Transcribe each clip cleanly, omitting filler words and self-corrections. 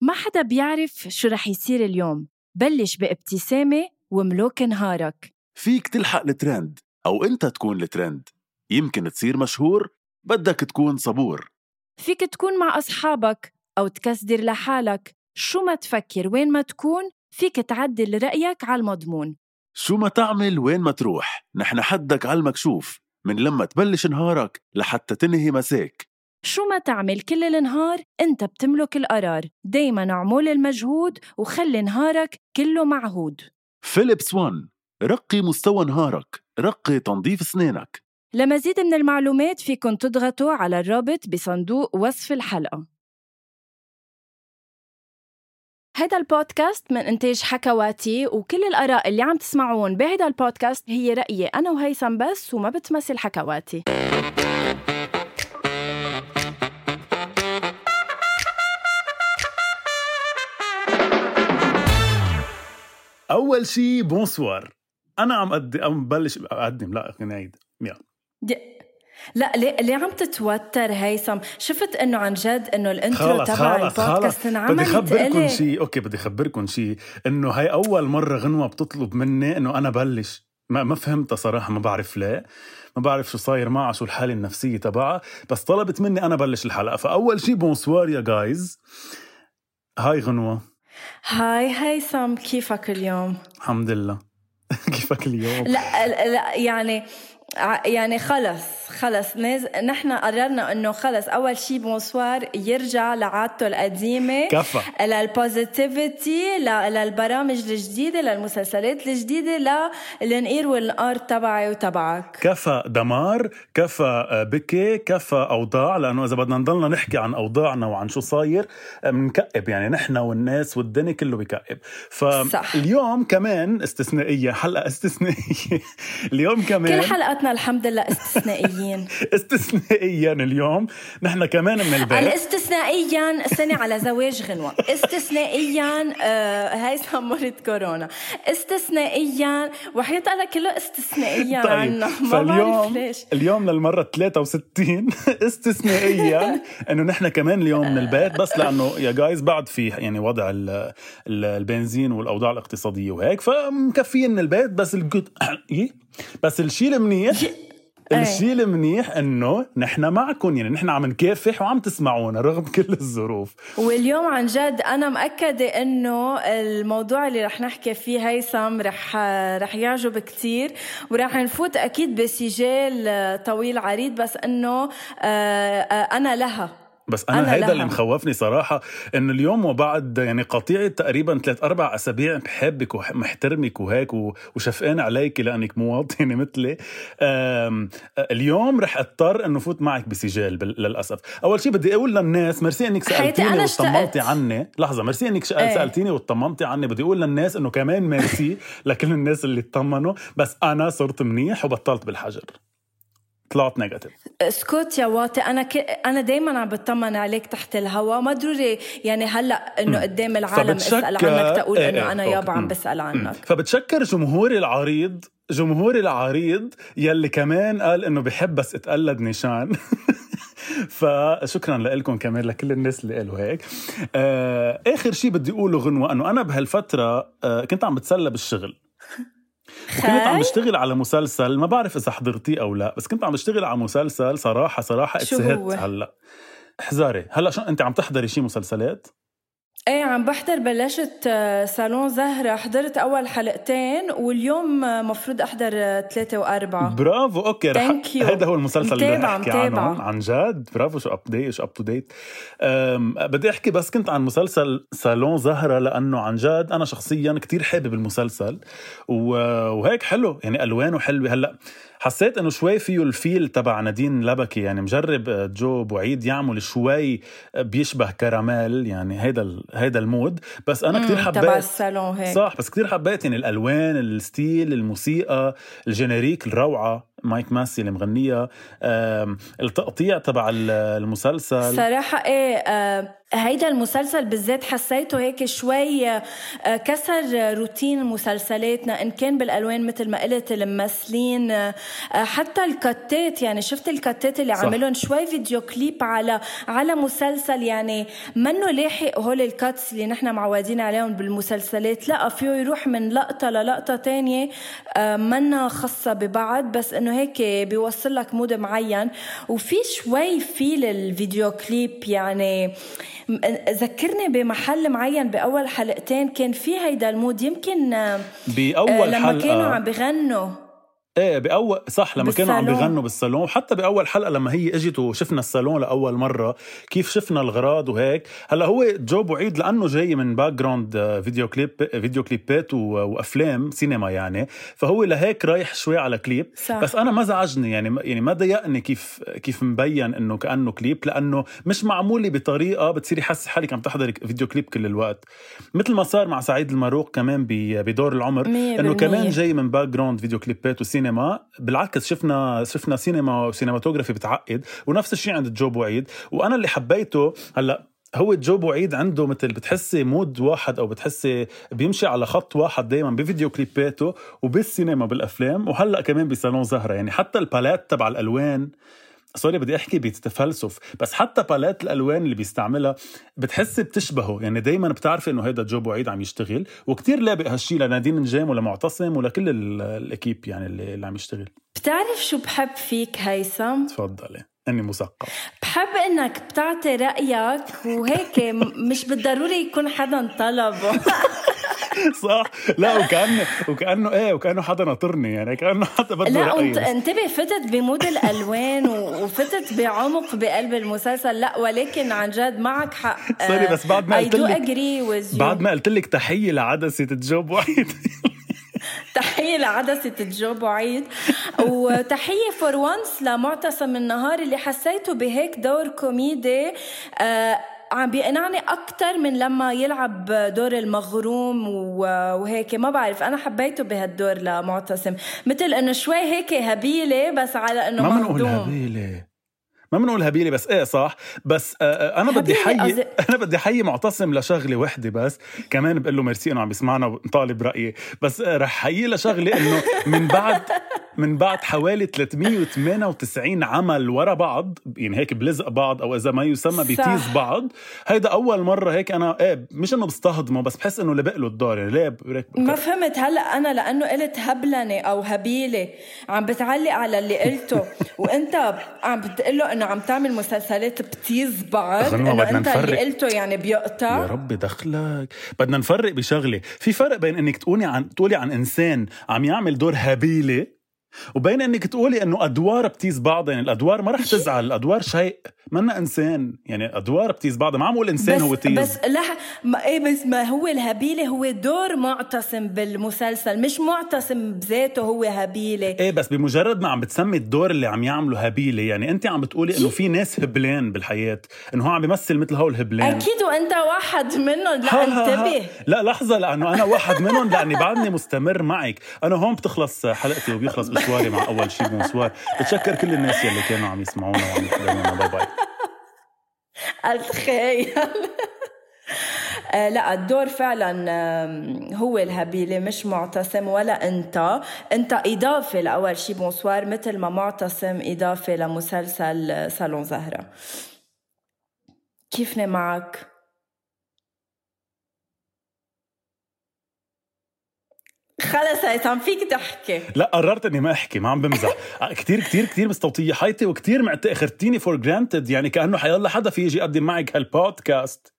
ما حدا بيعرف شو رح يصير اليوم. بلش بابتسامة وملوك نهارك. فيك تلحق الترند أو أنت تكون الترند. يمكن تصير مشهور، بدك تكون صبور. فيك تكون مع أصحابك أو تكسدر لحالك. شو ما تفكر وين ما تكون، فيك تعدل رأيك على المضمون. شو ما تعمل وين ما تروح، نحن حدك على المكشوف، من لما تبلش نهارك لحتى تنهي مساك. شو ما تعمل كل النهار، انت بتملك القرار. دايما اعمل المجهود وخلي نهارك كله معهود. فيليبس وان، رقي مستوى نهارك، رقي تنظيف سنينك. لمزيد من المعلومات فيكن تضغطوا على الرابط بصندوق وصف الحلقة. هذا البودكاست من إنتاج حكواتي، وكل الآراء اللي عم تسمعون بهذا البودكاست هي رأيي أنا وهيثم بس، وما بتمثل حكواتي. أول شي بونسوار. أنا عم بلش أقدم. لا نعيد. لا ليه عم تتوتر هيثم؟ شفت إنه عن جد إنه الانترو تبع البودكاست انعمل. بدي خبركن شي. أوكي بدي خبركن شي، إنه هاي أول مرة غنوة بتطلب مني إنه أنا بلش. ما فهمتها صراحة، ما بعرف ليه، ما بعرف شو صاير معها، شو الحالة النفسية تبعها، بس طلبت مني أنا بلش الحلقة. فأول شي بونسوار يا جايز. هاي غنوة. هاي هيثم، كيفك اليوم؟ الحمد لله. كيفك اليوم؟ لا يعني خلص نحن قررنا انه خلص اول شي بونسوار يرجع لعادته القديمه، كفى للبوزيتيفيتي، للبرامج الجديده، للمسلسلات الجديده، للنقير والنقار تبعي وتبعك. كفى دمار، كفى بكي، كفى اوضاع، لانه اذا بدنا نضلنا نحكي عن اوضاعنا وعن شو صاير منكئب، يعني نحن والناس والدنيا كله بكئب. فاليوم كمان استثنائيه، حلقه استثنائيه. اليوم كمان كل حلقاتنا الحمد لله استثنائيين. استثنائيا اليوم نحن كمان من البيت. استثنائيا سنة على زواج غنوة. استثنائيا هيثم مرض كورونا. استثنائيا وحياة الله كله استثنائيا. طيب. عنا ما بعرف ليش اليوم للمرة 63 استثنائيا انه نحن كمان اليوم من البيت، بس لانه يا جايز بعد في يعني وضع البنزين والاوضاع الاقتصادية وهيك، فمكفيين من البيت. بس الشيء المنيح انه نحن معكم، يعني نحن عم نكافح وعم تسمعونا رغم كل الظروف. واليوم عن جد انا مأكدة انه الموضوع اللي رح نحكي فيه هيثم رح يعجب كتير، ورح نفوت اكيد بسجال طويل عريض، بس انه انا لها. بس أنا هيدا اللي مخوفني صراحة، إنه اليوم وبعد يعني قطيعة تقريبا 3-4 أسابيع بحبك ومحترمك وهيك وشفقان عليك لأنك مواطنة مثلي، اليوم رح أضطر إنه فوت معك بسجال للأسف. أول شيء بدي أقول للناس ميرسي إنك سألتيني وطمنتي عني. لحظة، ميرسي إنك سألتيني وطمنتي عني. بدي أقول للناس إنه كمان ميرسي لكل الناس اللي اطمنوا، بس أنا صرت منيح وبطلت بالحجر، طلعت نيجاتيف. اسكت يا واطي، انا دايما عم بطمن عليك تحت الهواء، ما ضروري يعني هلا انه قدام العالم اسال عنك تقول انه انا يابا عم بسال عنك. فبتشكر جمهوري العريض يلي كمان قال انه بحب بس اتقلد نشان. فشكرا لكم كمان لكل الناس اللي قالوا هيك. اخر شيء بدي اقوله غنوة، انه انا بهالفتره كنت عم بتسلى بالشغل، وكنت عم بشتغل على مسلسل، ما بعرف إذا حضرتي أو لا، بس كنت عم بشتغل على مسلسل صراحة اتسهدت. هلأ حزاري، هلأ شو أنت عم تحضري شي مسلسلات؟ ايه عم بحضر، بلشت صالون زهرة، حضرت أول حلقتين، واليوم مفروض أحضر 3 و4. برافو. أوكي هذا هو المسلسل اللي بدي أحكي عنه. عن جد برافو، شو أب تو ديت. بدي أحكي بس كنت عن مسلسل صالون زهرة، لأنه عن جد أنا شخصيا كتير حابب المسلسل وهيك حلو، يعني ألوانه حلوة. هلأ حسيت انه شوي فيه الفيل تبع نادين لبكي، يعني مجرب جو بوعيد يعمل شوي بيشبه كراميل، يعني هيدا المود. بس انا كتير حبيت تبع الصالون هيك، صح، بس كتير حبيت يعني الالوان، الستيل، الموسيقى، الجينيريك، الروعه. مايك ماسي اللي مغنية. التقطيع تبع المسلسل صراحة هيدا المسلسل بالذات حسيته هيك شوي كسر روتين مسلسلاتنا، إن كان بالألوان مثل ما قلت، الممثلين، حتى الكتات. يعني شفت الكتات اللي عملون شوي فيديو كليب على مسلسل، يعني منه لاحق هول الكاتس اللي نحن معودين عليهم بالمسلسلات. لا، فيه يروح من لقطة للقطة تانية منا خاصة ببعض، بس إنه هيك بيوصل لك مود معين. وفي شوي فيل الفيديو كليب، يعني ذكرني بمحل معين بأول حلقتين كان في هيدا المود. يمكن بأول لما حلقة كانوا عم بيغنوا بأول صح، لما كانوا عم بيغنوا بالصالون. وحتى بأول حلقة لما هي اجت وشفنا الصالون لأول مرة، كيف شفنا الغراض وهيك. هلا هو جو بعيد لأنه جاي من باك جراوند فيديو كليبات وأفلام سينما، يعني فهو لهيك رايح شوي على كليب. صح. بس أنا ما زعجني، يعني ما ضايقني كيف مبين إنه كأنه كليب، لأنه مش معمولي بطريقة بتصيري حس حالك عم تحضري فيديو كليب كل الوقت، مثل ما صار مع سعيد الماروق كمان بدور العمر، إنه كمان جاي من باك جراوند فيديو كليبات وسينما. بالعكس شفنا سينما وسينماتوغرافي بتعقد، ونفس الشيء عند جو بعيد. وانا اللي حبيته هلا هو جو بعيد عنده مثل بتحسي مود واحد، او بتحسي بيمشي على خط واحد دايما بفيديو كليباته وبالسينما بالافلام، وهلا كمان بصالون زهرة. يعني حتى البالات تبع الالوان، سوري بدي احكي بيتفلسف، بس حتى بالات الالوان اللي بيستعملها بتحسي بتشبهه. يعني دايما بتعرفي انه هيدا جو بعيد عم يشتغل، وكتير لابق هالشي لنادين نجام ولمعتصم ولكل الاكيب يعني اللي عم يشتغل. بتعرف شو بحب فيك هيثم؟ تفضلي. اني مثقف، بحب انك بتعطي رايك وهيك مش بالضروري يكون حدا طلبه. صح. لا وكأنه حدا ناطرني، يعني كأنه حدا بده رأيي. لا انتبه، فتت بمود الألوان وفتت بعمق بقلب المسلسل. لا ولكن عن جد معك حق. سوري بس بعد ما قلت لك تحية لعدسة جو بعيد. تحية لعدسة جو بعيد، وتحية فور وانس لمعتصم النهار اللي حسيته بهيك دور كوميدي عم بيقنعني أكتر من لما يلعب دور المغروم وهيك. ما بعرف، أنا حبيته بهالدور لمعتصم، مثل إنه شوي هيك هبيلة، بس على إنه ما بنقول هبيلة بس صح. بس أنا بدي حيي معتصم لشغلة وحدة بس كمان. بقول له ميرسي إنه عم بيسمعنا وطالب رأيي، بس رح حيي لشغلة إنه من بعد حوالي 398 عمل ورا بعض، يعني هيك بلزق بعض أو إذا ما يسمى بتيز بعض، هيدا أول مرة هيك أنا مش إنه بستهضمه، بس بحس إنه لبق له الدور. يعني ما فهمت هلأ أنا، لأنه قلت هبلنة أو هبيلة عم بتعلق على اللي قلته، وأنت عم بتقله إنه عم تعمل مسلسلات بتيز بعض، إنه أنت اللي قلته يعني بيقطع. يا ربي دخلك، بدنا نفرق بشغلة. في فرق بين إنك تقولي عن إنسان عم يعمل دور هبيلة، وبين انك تقولي انه ادوار بتيز بعض. يعني الادوار ما رح تزعل، الادوار شيء منا انسان، يعني ادوار بتيز بعض. ما عم اقول انسان هو تيز، بس لا بس ما هو الهبيله هو دور معتصم بالمسلسل، مش معتصم بذاته هو هبيله. بس بمجرد ما عم بتسمي الدور اللي عم يعمله هبيله، يعني انت عم بتقولي انه في ناس هبلان بالحياه، انه هو عم بيمثل مثل هول الهبلان. اكيد وانت واحد منهم. لا انتبه، لا لحظه، لانه انا واحد منهم، لاني بعدني مستمر معك. انا هون بتخلص حلقتي وبيخلص مشواري مع اول شي بمشوار. بتشكر كل الناس يلي كانوا عم يسمعونا وعم يحضرونا. باي باي. التخيل. لا الدور فعلا هو الهبيلة مش معتصم ولا انت إضافة لأول شي بونسوار، مثل ما معتصم إضافة لمسلسل صالون زهرة. كيفني معك؟ خلص هيثم فيك تحكي. لا قررت اني ما احكي، ما عم بمزح. كتير كتير كتير مستوطية حياتي، وكتير اخرتيني فور جرانتد، يعني كأنه حيالله حدا في يجي يقدم معك هالبودكاست.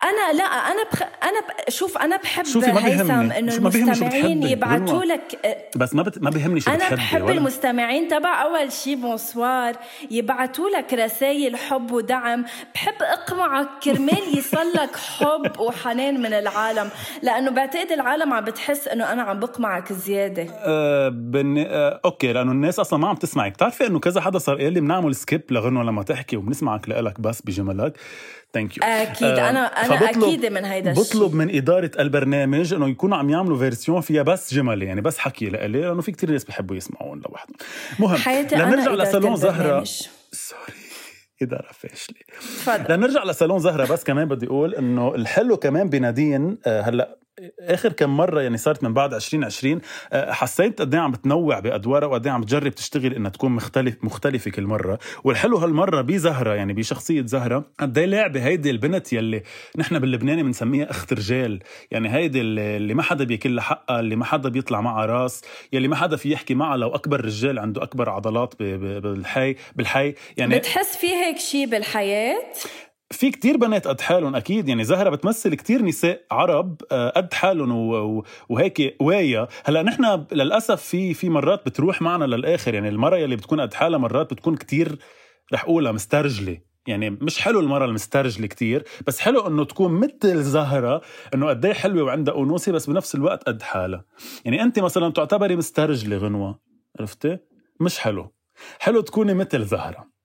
شوف أنا بحب هيثم إنه المستمعين يبعتوا لك، بس ما بيهمني شو بتحبي. أنا بحب المستمعين تبع أول شي بونسوار يبعتوا لك رسائل حب ودعم. بحب أقمعك كرمال يصلك حب وحنان من العالم، لأنه بعتقد العالم عم بتحس إنه أنا عم بقمعك زيادة. أوكي، لأنه الناس أصلا ما عم تسمعك. تعرفي إنه كذا حدا صار قال لي بنعمل سكيب لغنوة لما تحكي وبنسمعك لك بس بجملك. اكيد انا اكيد من هيدا الشيء بطلب من اداره البرنامج انه يكونوا عم يعملوا فيرسيون فيها بس جمل، يعني بس حكي لإلي، لانه في كتير ناس بيحبوا يسمعون لوحدهم. مهم لنرجع لصالون زهرة. سوري إدارة فاشلة. لنرجع لصالون زهرة، بس كمان بدي أقول إنه الحلو كمان بنادين هلأ آخر كم مرة يعني صارت من بعد 2020 حسيت قد ايه عم بتنوع بأدوارها وقد ايه عم تجرب تشتغل إنها تكون مختلفة كل مرة. والحلو هالمرة بزهرة يعني بشخصية زهرة قد ايه لعبة هيدي البنت يلي نحن باللبناني بنسميها أخت رجال، يعني هيدي اللي ما حدا بيكل حقها، اللي ما حدا بيطلع معها راس، يلي ما حدا في يحكي معها لو أكبر رجال عنده أكبر عضلات بالحي يعني. بتحس في هيك شيء بالحياة؟ في كتير بنات قد حالهم أكيد، يعني زهرة بتمثل كتير نساء عرب قد حالهم وهيك وايا. هلأ نحن للأسف في مرات بتروح معنا للآخر، يعني المرة يلي بتكون قد حالها مرات بتكون كتير رح أقولها مسترجلة، يعني مش حلو المرة المسترجلة كتير، بس حلو أنه تكون مثل زهرة، أنه قديه حلوة وعندها أنوثة بس بنفس الوقت قد حالها. يعني أنت مثلا تعتبري مسترجلة غنوة، عرفتي؟ مش حلو تكوني مثل زهرة.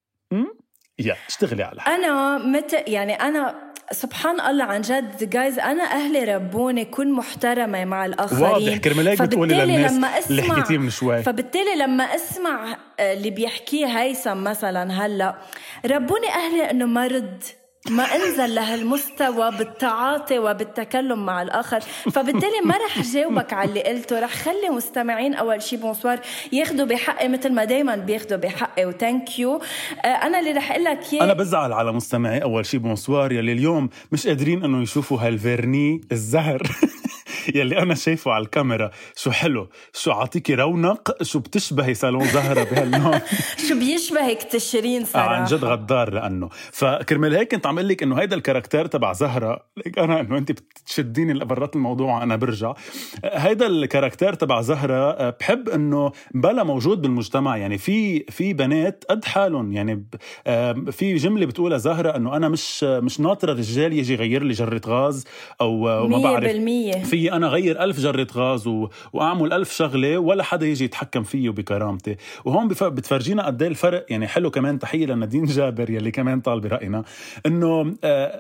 اشتغلي على أنا يعني أنا سبحان الله عن جد جايز، أنا أهلي ربوني كن محترمة مع الآخرين. واضح كرمالك بتقولي للناس اللي حكيتيه من شوي. فبالتالي لما أسمع اللي بيحكيه هيثم مثلا هلأ، ربوني أهلي أنه ما انزل لهالمستوى بالتعاطي وبالتكلم مع الآخر. فبالتالي ما رح جاوبك على اللي قلته، رح خلي مستمعين أول شي بونسوار ياخدوا بحقي مثل ما دايما بياخدوا بحقي وتانك يو. أنا اللي رح أقول لك أنا بزعل على مستمعي أول شي بونسوار يلي اليوم مش قادرين أنه يشوفوا هالفيرني الزهر يلي أنا شايفه على الكاميرا. شو حلو، شو عاطيكي رونق، شو بتشبهي صالون زهرة بهالنوع شو بيشبهك تشرين صراحة. عن جد غدار. لأنه فكرمال هيك كنت عمل لك إنه هيدا الكاركتير تبع زهرة، أنا إنه أنت بتشديني لبرات الموضوع أنا برجع. هيدا الكاركتير تبع زهرة بحب إنه بلا موجود بالمجتمع، يعني في بنات قد حالهم، يعني في جملة بتقولها زهرة إنه أنا مش ناطرة رجال يجي يغير لي جرة غاز أو ما بعرف 100% في أنا غير 1000 جرة غاز وأعمل 1000 شغلة ولا حدا يجي يتحكم فيه وبكرامتي. وهون بتفرجينا قد ايه الفرق. يعني حلو كمان تحية لنادين جابر يلي كمان طال برأينا إنه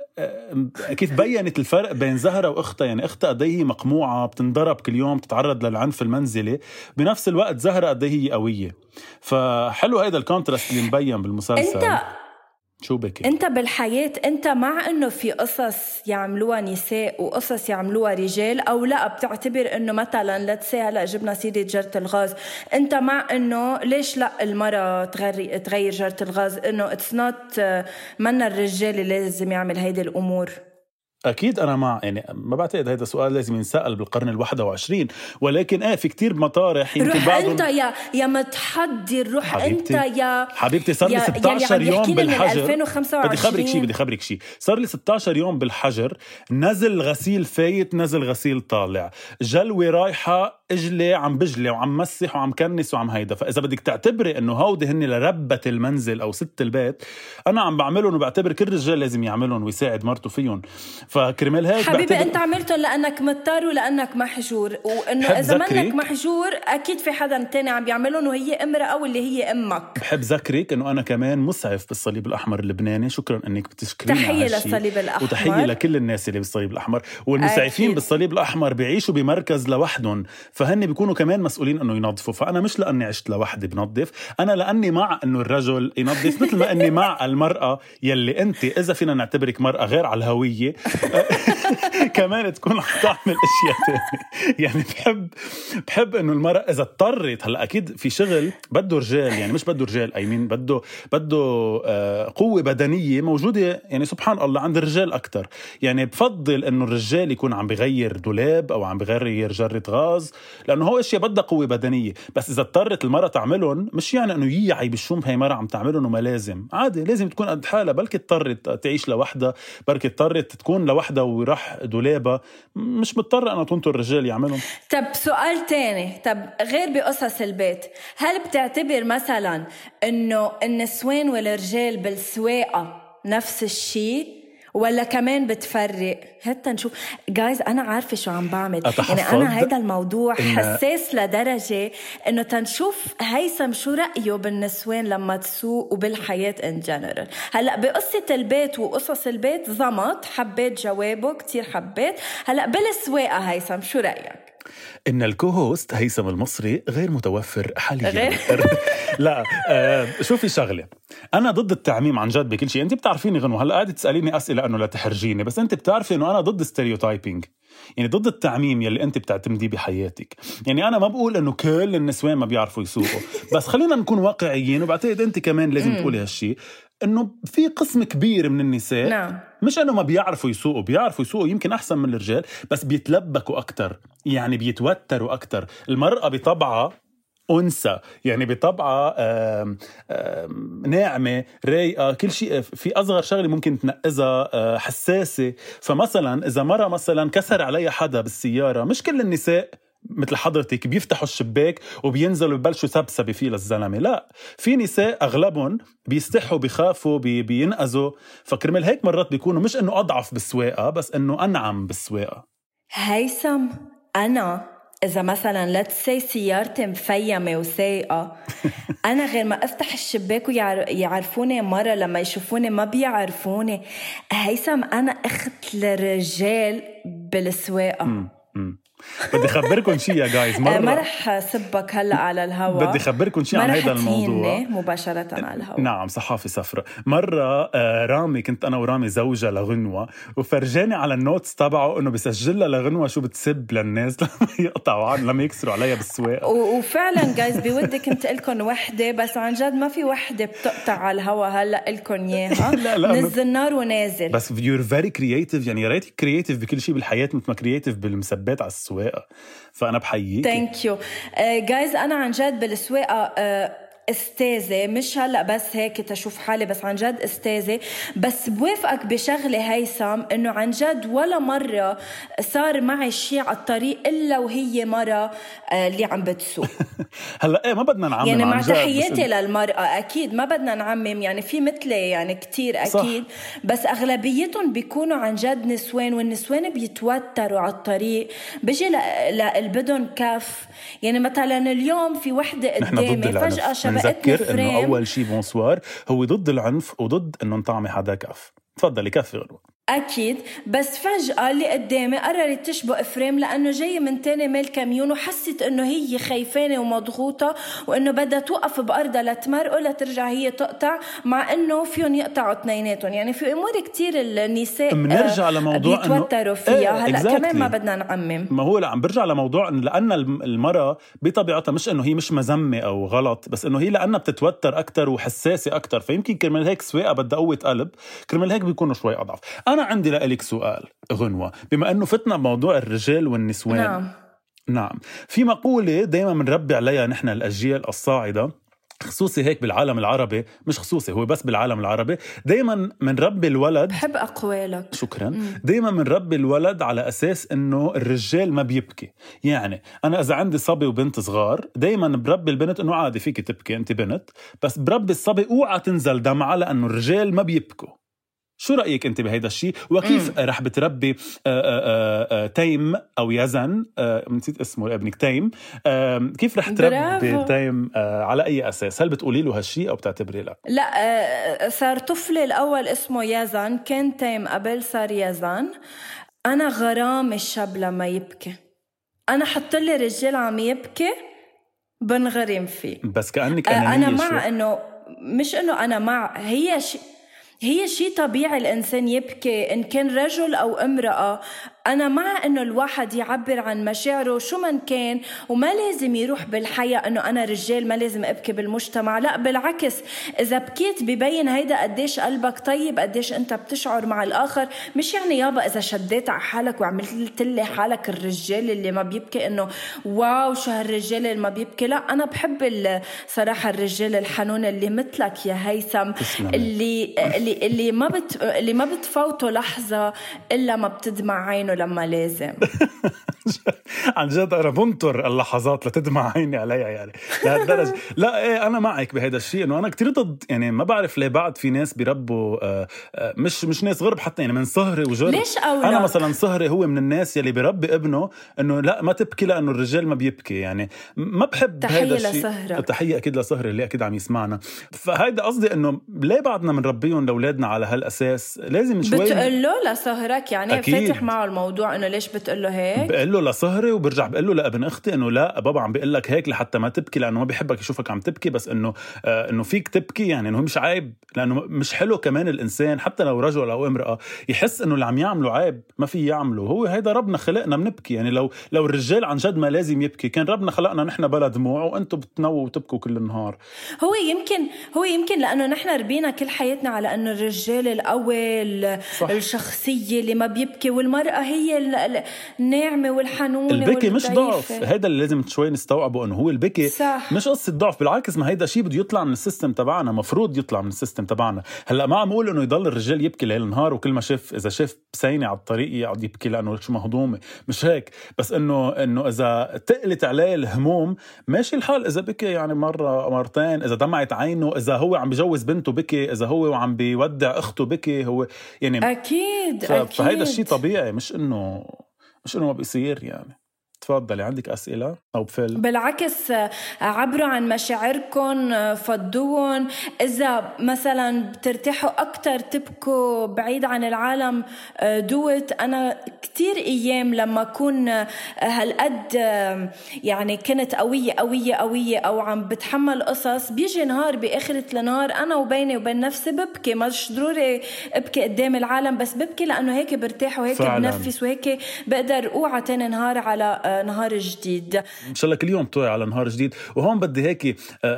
كيف بيّنت الفرق بين زهرة وأختها. يعني أختها قد ايه مقموعة، بتنضرب كل يوم، بتتعرض للعنف المنزلي، بنفس الوقت زهرة قد ايه هي قوية. فحلو هيدا الكونتراست اللي مبين بالمسلسل. شو بكي انت بالحياة انت مع انه في قصص يعملوها نساء وقصص يعملوها رجال، او لا بتعتبر انه مثلا لتسي هلا جبنا سيرة جرة الغاز، انت مع انه ليش لا المرأة تغير جرة الغاز، انه it's not من الرجال اللي لازم يعمل هيدي الامور؟ أكيد أنا مع، يعني ما بعتقد هذا السؤال لازم ينسأل بالقرن 21، ولكن في كتير مطارح يمكن روح أنت يا متحضر، روح حبيبتي. أنت يا حبيبتي صار لي 16 يوم بالحجر. بدي خبرك شيء صار لي 16 يوم بالحجر، نزل غسيل فايت نزل غسيل طالع، جلوة رايحة اجلي عم بجلي وعم مسح وعم كنس وعم هيدا. فإذا بدك تعتبري إنه هودي هني لربة المنزل أو ست البيت، أنا عم بعملهم وبعتبر كل رجال لازم يعملهم ويساعد مرته فيهم. فكرمال هيك حبيبي انت عملتهم لانك مضطر ولانك محجور، وانه اذا منك محجور اكيد في حدا تاني عم بيعملهم وهي امرأة او اللي هي امك. بحب ذكرك انه انا كمان مسعف بالصليب الاحمر اللبناني. شكرا انك بتشكريني. تحية للصليب الاحمر وتحية لكل الناس اللي بالصليب الاحمر. والمسعفين بالصليب الاحمر بيعيشوا بمركز لوحدهم، فهن بيكونوا كمان مسؤولين انه ينظفوا. فانا مش لاني عشت لوحدي بنظف، انا لاني مع انه الرجل ينظف، مثل ما اني مع المرأة يلي انت اذا فينا نعتبرك مرأة غير على الهوية كمان تكون عم تعمل اشياء تانية. يعني بحب انه المرأة اذا اضطرت، هلا اكيد في شغل بده رجال، يعني مش بده رجال ايمين، بده قوة بدنية موجودة، يعني سبحان الله عند الرجال اكتر. يعني بفضل انه الرجال يكون عم بغير دولاب او عم بغير جرة غاز، لانه هو اشياء بدها قوة بدنية. بس اذا اضطرت المرأة تعملهم، مش يعني انه يعي بالشوم هي مرأة عم تعملهم وما لازم، عادي لازم تكون قد حالها. بلكي اضطرت تعيش لوحدها، بلكي اضطرت تكون لوحدها وراح دولابها، مش مضطر أنا تنطر الرجال يعملهم. طب سؤال تاني، طب غير بقصص البيت، هل بتعتبر مثلا إنه النسوان والرجال بالسواقة نفس الشيء، ولا كمان بتفرق؟ هتا نشوف جايز. أنا عارفة شو عم بعمل، يعني أنا هيدا الموضوع حساس لدرجة إنه تنشوف هيثم شو رأيه بالنسوان لما تسوق وبالحياة in general. هلأ بقصة البيت وقصص البيت زمط، حبيت جوابه كتير حبيت. هلأ بالسواقة هيثم شو رأيك؟ إن الكوهوست هيثم المصري غير متوفر حاليا. لا شوفي شغلة، أنا ضد التعميم عن جد بكل شيء. أنت بتعرفيني غنوة، هلأ قاعدة تسأليني أسئلة أنه لا تحرجيني، بس أنت بتعرفي أنه أنا ضد ستيريوتايبينج، يعني ضد التعميم يلي أنت بتعتمديه بحياتك. يعني أنا ما بقول أنه كل النسوان ما بيعرفوا يسوقوا، بس خلينا نكون واقعيين، وبعتقد أنت كمان لازم تقولي هالشي، أنه في قسم كبير من النساء نعم. مش أنه ما بيعرفوا يسوقوا، بيعرفوا يسوقوا يمكن أحسن من الرجال، بس بيتلبكوا أكتر، يعني بيتوتروا أكتر. المرأة بطبعها أنثى، يعني بطبعها ناعمة رايقة، كل شيء في أصغر شغلة ممكن تنقذها حساسة. فمثلا إذا مرة مثلا كسر عليها حدا بالسيارة، مش كل النساء مثل حضرتك بيفتحوا الشباك وبينزلوا ببلشوا سبسبة فيه للزلمة. لا، في نساء أغلبهم بيستحوا بيخافوا بينقذوا. فكرمال هيك مرات بيكونوا مش إنه أضعف بالسواقة، بس إنه أنعم بالسواقة. هيثم أنا إذا مثلاً let's say سيارتي مفيمة وسايقة، أنا غير ما أفتح الشباك ويعرفوني مرة لما يشوفوني ما بيعرفوني. هيثم أنا أخت للرجال بالسواقة. بدي خبركم شيء يا جايز. ما رح سبك هلأ على الهواء، بدي خبركم شيء عن هذا الموضوع مباشرة على الهواء. نعم، صحافة سفرة. مرة رامي، كنت أنا ورامي زوجة لغنوة، وفرجاني على النوتس تبعه إنه بيسجلها لغنوة شو بتسب للناس لما يقطعوا لما يكسروا عليها بالسواقة. وفعلا جايز بودي كنت لكم وحدة، بس عن جد ما في وحدة بتقطع على الهواء هلأ لكم إياها. نزل النار ونازل. بس you're very creative، يعني رأيتك creative بكل شيء بالحياة، مثل ما creative بالمسبات على السواقة. فأنا بحييك. Thank you. guys أنا عن جد بالسواقة استاذة، مش هلأ بس هيك تشوف حالي، بس عن جد استاذة. بس بوافقك بشغلة هيثم، إنه عن جد ولا مرة صار معي شيء على الطريق إلا وهي مرة اللي عم بتسوق. هلأ إيه، ما بدنا نعمم يعني مع تحياتي للمرأة أكيد ما بدنا نعمم، يعني في مثلي يعني كتير أكيد صح. بس أغلبيتهم بيكونوا عن جد نسوان، والنسوان بيتوتروا على الطريق، بيجي للبدن كف. يعني مثلا اليوم في وحدة قدامي فجأة نذكر إنه أول شيء بونسوار هو ضد العنف وضد إنه نطعمي حدا كف. تفضلي كفي غنوة. أكيد، بس فجأة اللي قدامي قررت تشبق فريم لأنه جاي من تاني ميل كاميون، وحست إنه هي خايفانة ومضغوطة، وإنه بدها توقف بأرضها لتمرقه لترجع هي تقطع، مع إنه فيهم يقطعوا اثنيناتهم. يعني في أمور كتير النساء بنرجع لموضوع بيتوتروا فيها. هلأ كمان ما بدنا نعمم. ما هو لا، عم برجع لموضوع إن لأن المرأة بطبيعتها مش إنه هي مش مزمة أو غلط، بس إنه هي لأنها بتتوتر أكتر وحساسة أكتر، فيمكن كرمال هيك سواقة بدها قوة قلب، كرمال هيك بيكونوا شوي أضعف. أنا عندي لك سؤال غنوة، بما أنه فتنا بموضوع الرجال والنسوان. نعم. في مقولة دايما منربي عليها نحن الأجيال الصاعدة، خصوصي هيك بالعالم العربي، مش خصوصي هو بس بالعالم العربي، دايما منربي الولد. بحب أقوالك. شكرا. دايما منربي الولد على أساس إنه الرجال ما بيبكي. يعني أنا إذا عندي صبي وبنت صغار، دايما بربي البنت إنه عادي فيك تبكي أنت بنت، بس بربي الصبي اوعى تنزل دمعة لأنه الرجال ما بيبكوا. شو رأيك أنت بهيدا الشيء؟ وكيف رح بتربي تيم أو يزن، نسيت اسمه لابنك، تيم، كيف رح تربي تيم على أي أساس؟ هل بتقولي له هالشيء أو بتعتبري لا؟ لا، صار طفلي الأول اسمه يزن، كان تيم قبل صار يزن. أنا غرام الشاب لما يبكي، أنا حط لي رجال عم يبكي بنغرم فيه. بس كأنك أنا مع إنه مش إنه أنا مع، هي شيء طبيعي الإنسان يبكي إن كان رجل أو امرأة. أنا مع إنه الواحد يعبر عن مشاعره شو من كان، وما لازم يروح بالحياة إنه أنا رجال ما لازم أبكي بالمجتمع. لا بالعكس، إذا بكيت ببين هيدا قديش قلبك طيب، قديش أنت بتشعر مع الآخر. مش يعني يابا إذا شديت على حالك وعملت لي حالك الرجال اللي ما بيبكي إنه واو شو هالرجال اللي ما بيبكي. لا، أنا بحب صراحة الرجال الحنون اللي مثلك يا هيثم، اللي اللي ما بتفوته لحظة إلا ما بتدمع عينه لما لازم. عن جد أنا بنطر اللحظات لتدمع عيني عليها يعني لهالدرجة. لا إيه أنا معك بهذا الشيء، إنه أنا كتير ضد يعني ما بعرف ليه بعد في ناس بيربوا مش ناس غرب حتى يعني من صهري وجرب. ليش أولاد؟ أنا مثلا صهري هو من الناس يلي بيربي ابنه إنه لا ما تبكي لأنه الرجال ما بيبكي، يعني ما بحب هذا الشيء. تحية أكيد لصهري اللي أكيد عم يسمعنا. فهيدا قصدي إنه ليه بعدنا منربيهم لأولادنا على هالأساس؟ لازم شوي بتقول له لصهرك يعني أكيد. فاتح معه الموضوع إنه ليش بتقول له هيك؟ بقول له لصهري وبرجع بقول له لابن اختي انه لا بابا عم بيقول لك هيك لحتى ما تبكي لانه ما بيحبك يشوفك عم تبكي، بس انه فيك تبكي يعني انه مش عيب، لانه مش حلو كمان الانسان حتى لو رجل او امراه يحس انه اللي عم يعمله عيب ما في يعمله. هو هيدا ربنا خلقنا بنبكي، يعني لو الرجال عن جد ما لازم يبكي كان ربنا خلقنا نحن بلا دموع وانتم بتنووا وتبكوا كل النهار. هو يمكن لانه نحن ربينا كل حياتنا على انه الرجال القوي الشخصيه اللي ما بيبكي، والمراه هي الناعمه والحنونه. البكي مش ضعف، هيدا اللي لازم شوي نستوعبه انه هو البكي صح. مش قصة ضعف، بالعكس ما هيدا شيء بده يطلع من السيستم تبعنا، مفروض يطلع من السيستم تبعنا. هلا ما عم اقول انه يضل الرجال يبكي ليل نهار وكل ما اذا شاف بسينة على الطريق يقعد يبكي لانه شو مهضومه، مش هيك، بس انه اذا تقلت عليه الهموم ماشي الحال. اذا بكي يعني مره مرتين، اذا دمعت عينه، اذا هو عم بجوز بنته بكي، اذا هو عم بيودع اخته بكي، هو يعني اكيد فهيدا الشيء طبيعي، مش انه ما بيصير يعني. تفضلي عندك أسئلة أو بفيلم؟ بالعكس عبروا عن مشاعركم، فضوهم. إذا مثلا بترتاحوا أكتر تبكوا بعيد عن العالم دوت. أنا كتير أيام لما أكون هالقد يعني كنت قوية أو عم بتحمل قصص، بيجي نهار بآخرة النهار أنا وبيني وبين نفسي ببكي. مش ضروري أبكي قدام العالم، بس ببكي لأنه هيك برتاح وهيك فعلا. بنفس وهيك بقدر أوعى تاني نهار على نهار جديد. إن شاء الله كل يوم طوي على نهار جديد. وهون بدي هيك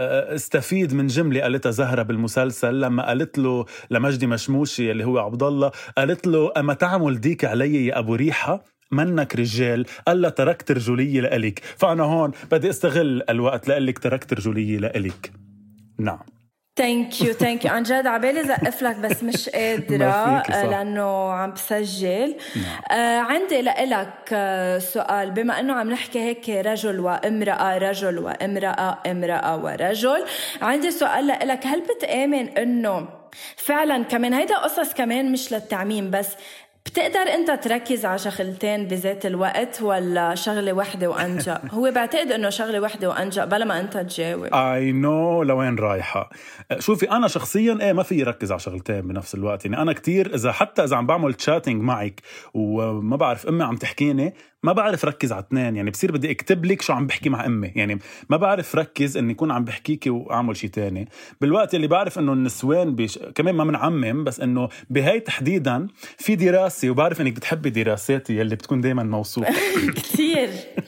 استفيد من جملة قالتها زهرة بالمسلسل لما قالت له لمجدي مشموشي اللي هو عبد الله، قالت له أما تعمل ديك علي يا أبو ريحة منك رجال، ألا تركت رجولية لأليك. فأنا هون بدي استغل الوقت لأليك تركت رجولية لأليك. نعم ثانك يو عن جد عبالي زقف لك بس مش قادرة لأنه عم بسجل. عندي لك سؤال، بما أنه عم نحكي هيك رجل وامرأة، رجل وامرأة، امرأة ورجل، عندي سؤال لك. هل بتآمن أنه فعلا كمان هيدا قصص كمان مش للتعميم بس بتقدر أنت تركز على شغلتين بذات الوقت ولا شغلة واحدة وأنجأ؟ هو بعتقد أنه شغلة واحدة وأنجأ بلا ما أنت تجاوب. I know لوين رايحة. شوفي أنا شخصياً ما في ركز على شغلتين بنفس الوقت. يعني أنا كتير حتى إذا عم بعمل تشاتينج معك وما بعرف أمي عم تحكيني ما بعرف ركز على اثنين، يعني بصير بدي اكتب لك شو عم بحكي مع امي، يعني ما بعرف ركز اني يكون عم بحكيكي واعمل شيء تاني بالوقت اللي بعرف انه النسوان كمان ما منعمم، بس انه بهاي تحديدا في دراسة وبعرف انك بتحبي دراساتي اللي بتكون دايما موثوقة كتير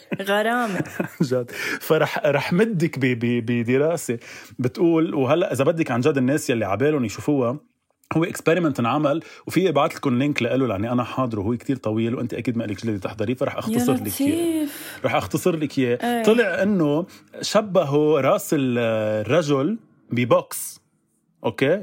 غرامة جد. فرح مدك بدراسة بتقول، وهلا اذا بدك عن جد الناس يلي عبالهم يشوفوها، هو اكسبيرمنت انعمل وفي ابعت لكم لينك له لاني انا حاضره، هو كتير طويل وانت اكيد ما لك جلدي تحضريه، فرح اختصر لك اياه. طلع انه شبهوا راس الرجل ببوكس، اوكي،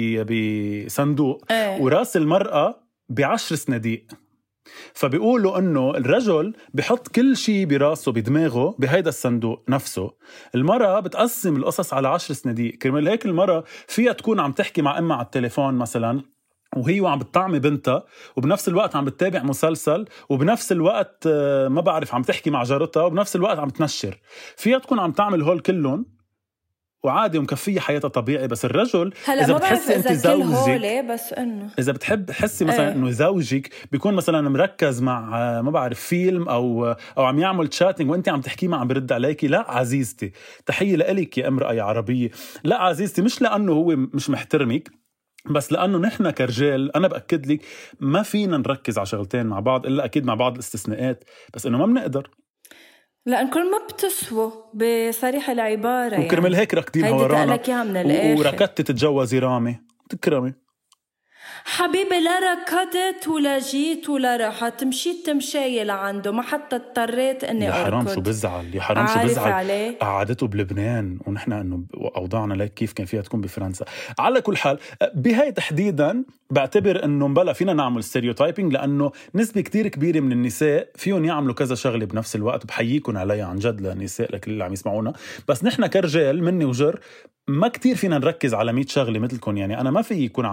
بصندوق، وراس المرأة ب10 صناديق. فبيقولوا انه الرجل بيحط كل شيء براسه بدماغه بهيدا الصندوق نفسه، المرأة بتقسم القصص على 10 صناديق. كرمال هيك المرأة فيها تكون عم تحكي مع امها على التليفون مثلا وهي عم بتطعمي بنتها، وبنفس الوقت عم بتتابع مسلسل، وبنفس الوقت ما بعرف عم تحكي مع جارتها، وبنفس الوقت عم تنشر. فيها تكون عم تعمل هول كلهم وعادي ومكفية حياتها طبيعي. بس الرجل إذا بتحسي أنت زوجك، بس إنه إذا بتحب حسي مثلا إنه زوجك بيكون مثلا مركز مع ما بعرف فيلم أو عم يعمل تشاتينج وأنت عم تحكي معه عم برد عليكي، لا عزيزتي تحية لإلك يا امرأة يا عربية، لا عزيزتي، مش لأنه هو مش محترمك، بس لأنه نحن كرجال أنا بأكد لك ما فينا نركز على شغلتين مع بعض إلا أكيد مع بعض الاستثناءات، بس إنه ما بنقدر لأن كل ما بتسوى بصريح العبارة. وكرمل هيك ركضين ورانا وركضت تتجوزي رامي تكرمي. حبيبي لا ركضت ولا جيت ولا رحت، مشيت تمشاية لعنده، ما حتى اضطريت اني اركض. يا حرام شو بزعل، يا حرام شو بزعل. قعدته بلبنان ونحن انه اوضاعنا لك كيف كان فيها تكون بفرنسا. على كل حال بهاي تحديدا بعتبر انه مبلا فينا نعمل ستيريوتايبنج، لانه نسبة كتير كبيرة من النساء فيهم يعملوا كذا شغلة بنفس الوقت. بحييكم عليها عن جد للنساء لكل اللي عم يسمعونا، بس نحن كرجال مني وجر ما كتير فينا نركز على 100 شغلة مثلكم. يعني أنا ما في يكون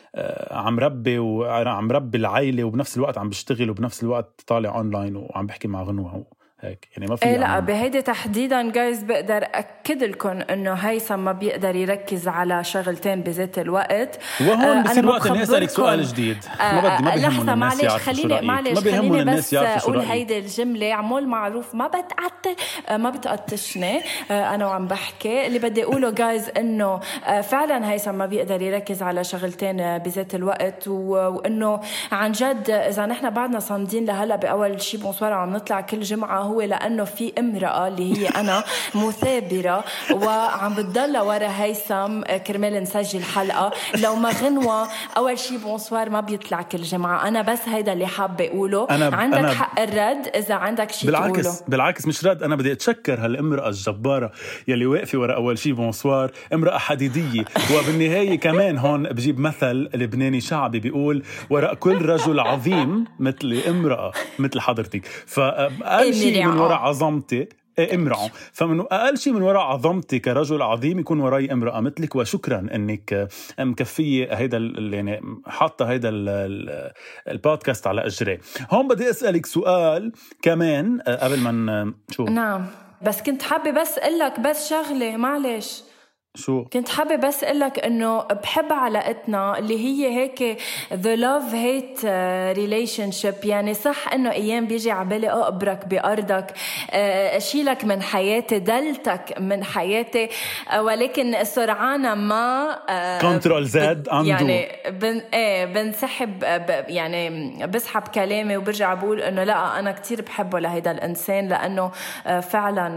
عم ربي وعم ربي العائلة وبنفس الوقت عم بشتغل وبنفس الوقت طالع أونلاين وعم بحكي مع غنوة هيك. يعني ما في لا بهيدي تحديدا جايز بقدر أكد لكم إنه هيثم ما بيقدر يركز على شغلتين بذات الوقت. وهون بصير وقت إني أسألك سؤال جديد. ما لحظة معلش خليني بس أقول هيدي الجملة عمول معروف ما بتقطشني أنا وعم بحكي. اللي بدي أقوله جايز إنه فعلا هيثم ما بيقدر يركز على شغلتين بذات الوقت، وإنه عن جد إذا نحن بعدنا صامدين لهلا بأول شي بونسوار عم نطلع كل جمعة هو لأنه في امرأة اللي هي أنا مثابرة وعم بتضل ورا هيثم كرمال نسجل حلقة. لو ما غنوة أول شي بونسوار ما بيطلع كل جمعة. أنا بس هيدا اللي حابة أقوله. عندك حق الرد إذا عندك شي تقوله. بالعكس مش رد، أنا بدي أتشكر هالامرأة الجبارة يلي واقفة ورا أول شي بونسوار، امرأة حديدية. وبالنهاية كمان هون بجيب مثل لبناني شعبي بيقول وراء كل رجل عظيم مثل امرأة مثل حضرتك. فأقل شيء من وراء عظمتي امرأة، فمن أقل شيء من وراء عظمتي كرجل عظيم يكون وراي امرأة مثلك. وشكرا انك مكفية هيدا يعني حاطة هيدا البودكاست على أجري. هون بدي أسألك سؤال كمان قبل ما شو. نعم بس كنت حابة بس أقلك بس شغلة معلش. شو كنت حابة بس أقولك إنه بحب علاقتنا اللي هي هيك the love hate relationship. يعني صح إنه أيام بيجي عبالي أقبرك بأرضك، أشيلك من حياتي، دلتك من حياتي، ولكن سرعان ما كنترول زاد يعني بنسحب يعني بسحب كلامي وبرجع بقول إنه لا أنا كتير بحبه لهيدا الإنسان لأنه فعلا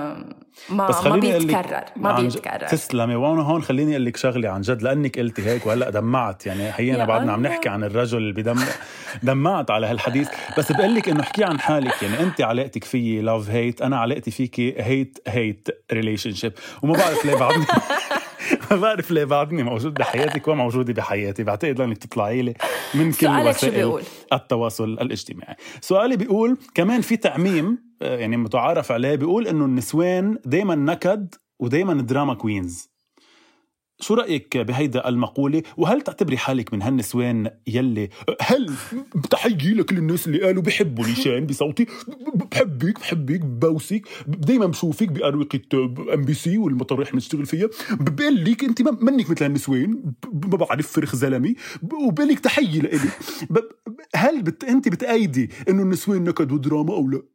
ما بيتكرر. تسلمي. وانا هون خليني اقول لك شغله عن جد لانك قلتي هيك وهلا دمعت. يعني حيينا بعدنا عم نحكي عن الرجل اللي دمعت على هالحديث. بس بقول لك انه احكي عن حالك. يعني انت علاقتك فيي لاف هيت، انا علاقتي فيكي هيت ريليشن شيب. وما بعرف ليه بعدني ما بعرف ليه بعدني موجود بحياتك وموجودة بحياتي. بعتقد لأنك تطلعي لي من كل وسائل التواصل الاجتماعي. سؤالي بيقول كمان في تعميم يعني متعارف عليه، بيقول إنه النسوان دايما نكد ودايما دراما كوينز. شو رأيك بهيدا المقولة؟ وهل تعتبري حالك من هالنسوان يلي هل بتحيي لكل الناس اللي قالوا بحبوا ليشان بصوتي بحبك ببوسك دايما بشوفك بأروقة MBC والمطارح بنشتغل فيها، بقول لك انت منك مثل هالنسوان، ما بعرف فرخ زلمي، وبقول لك تحيي لإلي. هل انت بتأيدي انه النسوان نكد ودراما او لا؟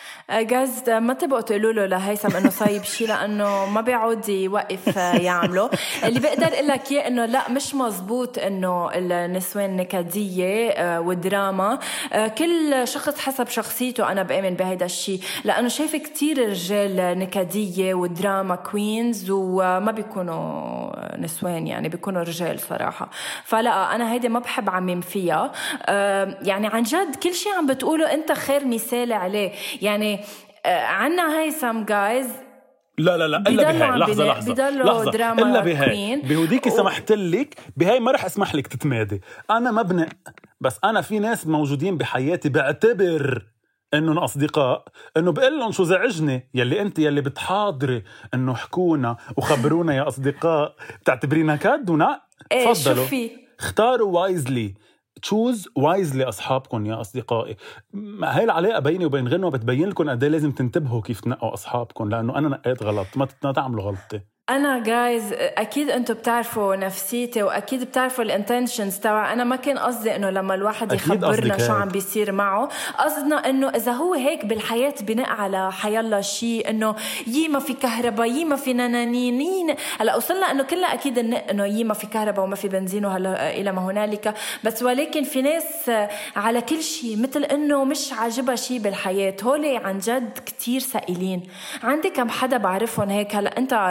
جاز ما تبقوا تقولوا له لهيثم انه صايب شيء لانه ما بيعود يوقف يعمله. اللي بقدر اقول لك اياه انه لا مش مزبوط انه النسوان نكديه ودراما. كل شخص حسب شخصيته. انا بآمن بهيدا الشيء لانه شايف كتير رجال نكديه ودراما كوينز وما بيكونوا نسوان، يعني بيكونوا رجال صراحه. فلا انا هيدا ما بحب عمم فيها. يعني عن جد كل شيء عم بتقوله انت خير مثال عليه. يعني عنا هيثم جايز لا إلا بهاي لحظة إلا بهاي بهوديكي سمحت لك بهاي ما رح أسمح لك تتمادي. أنا مبنئ بس أنا في ناس موجودين بحياتي بعتبر إنه أصدقاء، إنه بقول لهم شو زعجني يلي بتحاضري إنه حكونا وخبرونا يا أصدقاء بتعتبرينا كادونا. تفضلوا اختاروا وايزلي، تشوز وايزلي أصحابكم يا أصدقائي. هاي العلاقة بيني وبين غنوة بتبين لكم قد ايه لازم تنتبهوا كيف تنقوا أصحابكم، لأنه أنا نقيت غلط. ما تعملوا غلطة. أنا جايز أكيد أنتوا بتعرفوا نفسيتي وأكيد بتعرفوا الانتنشنز تبع. أنا ما كان قصدي إنه لما الواحد يخبرنا شو عم بيصير معه، قصدنا إنه إذا هو هيك بالحياة بناء على حيالله شيء إنه ما في كهرباء ما في نانانين. هلا وصلنا إنه كلنا أكيد إنه ما في كهرباء وما في بنزين وهلا إلى ما هنالك. بس ولكن في ناس على كل شيء مثل إنه مش عاجبها شيء بالحياة. هولي عن جد كتير سائلين. عندي كم حدا بعرفهم هيك. هلا أنت لا عم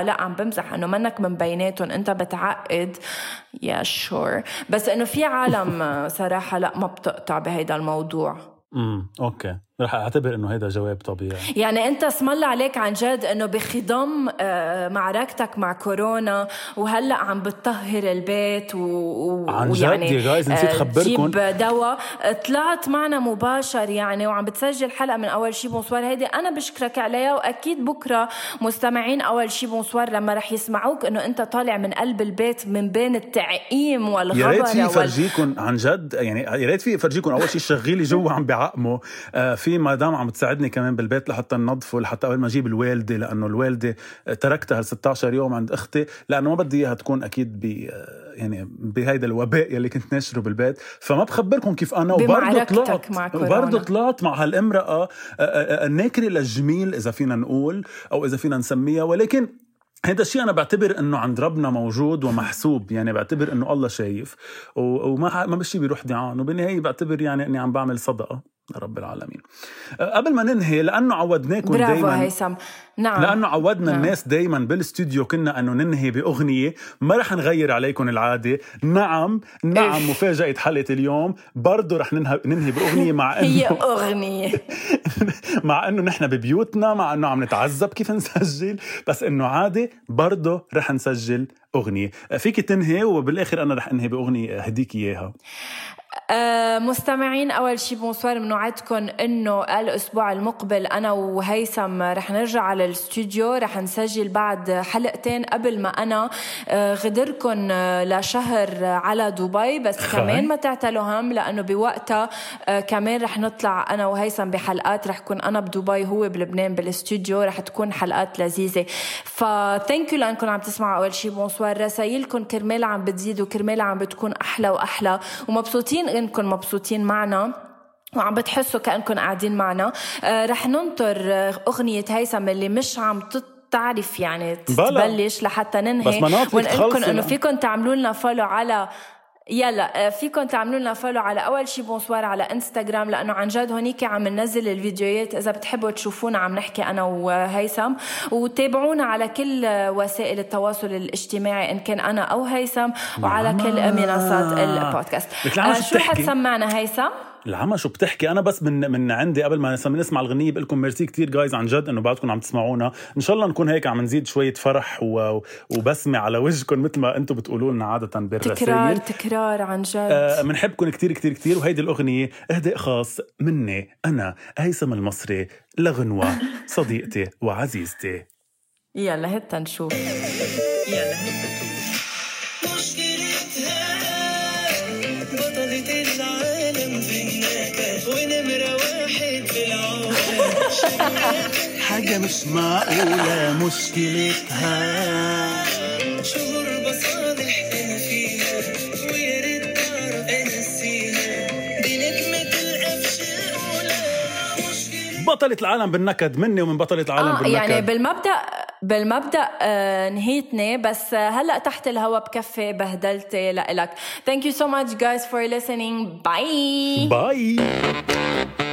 بمزح إنه منك من بيناتهم أنت بتعقد يا شور بس إنه في عالم صراحة لا ما بتقطع بهيدا الموضوع. أوكي رح أعتبر إنه هيدا جواب طبيعي. يعني أنت اسم الله عليك عن جد إنه بخضم معركتك مع كورونا وهلأ عم بتطهر البيت عن جد ويعني يا جايز نسيت خبركم تجيب دواء طلعت معنا مباشر يعني وعم بتسجل حلقة من أول شي بونسوار. هيدي أنا بشكرك عليها وأكيد بكرة مستمعين أول شي بونسوار لما رح يسمعوك إنه أنت طالع من قلب البيت من بين التعقيم والغبرة. يا ريت في فرجيكم عن جد يعني يا ريت في فرجيكم أول شي شغيلي جوا عم بعقمه في مدام عم تساعدني كمان بالبيت لحتى ننظفه لحتى أول ما أجيب الوالدة لأنه الوالدة تركتها 16 يوم عند أختي لأنه ما بدي إياها تكون أكيد يعني بهيدا الوباء يلي كنت نشره بالبيت. فما بخبركم كيف أنا وبرضه طلعت مع هالامرأة الناكرة للجميل إذا فينا نقول أو إذا فينا نسميها. ولكن هذا الشيء أنا بعتبر إنه عند ربنا موجود ومحسوب يعني بعتبر إنه الله شايف وما بشي بيروح دعان وبالنهاية بعتبر يعني إني عم بعمل صدقة رب العالمين. قبل ما ننهي لأنه عودناكم دايما هيثم. نعم. لأنه عودنا الناس دايما بالاستوديو كنا أنه ننهي بأغنية. ما رح نغير عليكم العادة. نعم مفاجأة حلقة اليوم برضو رح ننهي بأغنية مع أنه هي أغنية مع أنه نحن ببيوتنا مع أنه عم نتعذب كيف نسجل بس أنه عادة برضو رح نسجل أغنية. فيك تنهي وبالآخر أنا رح أنهي بأغنية هديك إياها. مستمعين أول شي بونسوار منوعدكم إنه الأسبوع المقبل أنا وهيثم رح نرجع على الاستوديو رح نسجل بعد حلقتين قبل ما أنا غدركن لشهر على دبي. بس كمان ما تعتلوا هم لأنه بوقتها كمان رح نطلع أنا وهيثم بحلقات رح كون أنا بدبي هو بلبنان بالاستوديو رح تكون حلقات لذيذة. فثانكيو لأنكم عم تسمعوا أول شي بونسوار. رسايلكم كرمال عم بتزيد وكرمال عم بتكون أحلى وأحلى ومبسوطين إنكم مبسوطين معنا وعم بتحسوا كأنكم قاعدين معنا. رح ننطر أغنية هيثم اللي مش عم تعرف يعني تبلش لحتى ننهي ونقولكم إنه فيكم تعملوا لنا فولو على فيكم تعملوا لنا فولو على أول شي بونسوار على انستغرام لأنه عن جد هونيك عم ننزل الفيديوهات إذا بتحبوا تشوفونا عم نحكي أنا وهيثم. وتابعونا على كل وسائل التواصل الاجتماعي إن كان أنا أو هيثم وعلى كل منصات البودكاست. شو حتسمعنا هيثم؟ العمى شو بتحكي. أنا بس من عندي قبل ما نسمع الغنية بقولكم ميرسي كتير جايز عن جد إنه بعدكم عم تسمعونا. إن شاء الله نكون هيك عم نزيد شوية فرح وبسمة على وجهكم مثل ما أنتم بتقولوا لنا عادة بالرسائل. تكرار عن جد. منحبكم كتير كتير كتير. وهيدي الأغنية إهداء خاص مني أنا هيثم المصري لغنوة صديقتي وعزيزتي. يلا هتا نشوف. بطلة العالم في النكد ونمرة واحد في العالم حاجة مش معقولة مشكلتها شهور بصالح أنا فيها ويا ريت تعرف أنسيها دي نجمة القفش الأولى بطلة العالم بالنكد مني ومن بطلة العالم بالنكد. يعني بالمبدأ نهيتني بس هلأ تحت الهوا بكفي بهدلتي لإلك. Thank you so much guys for listening. Bye.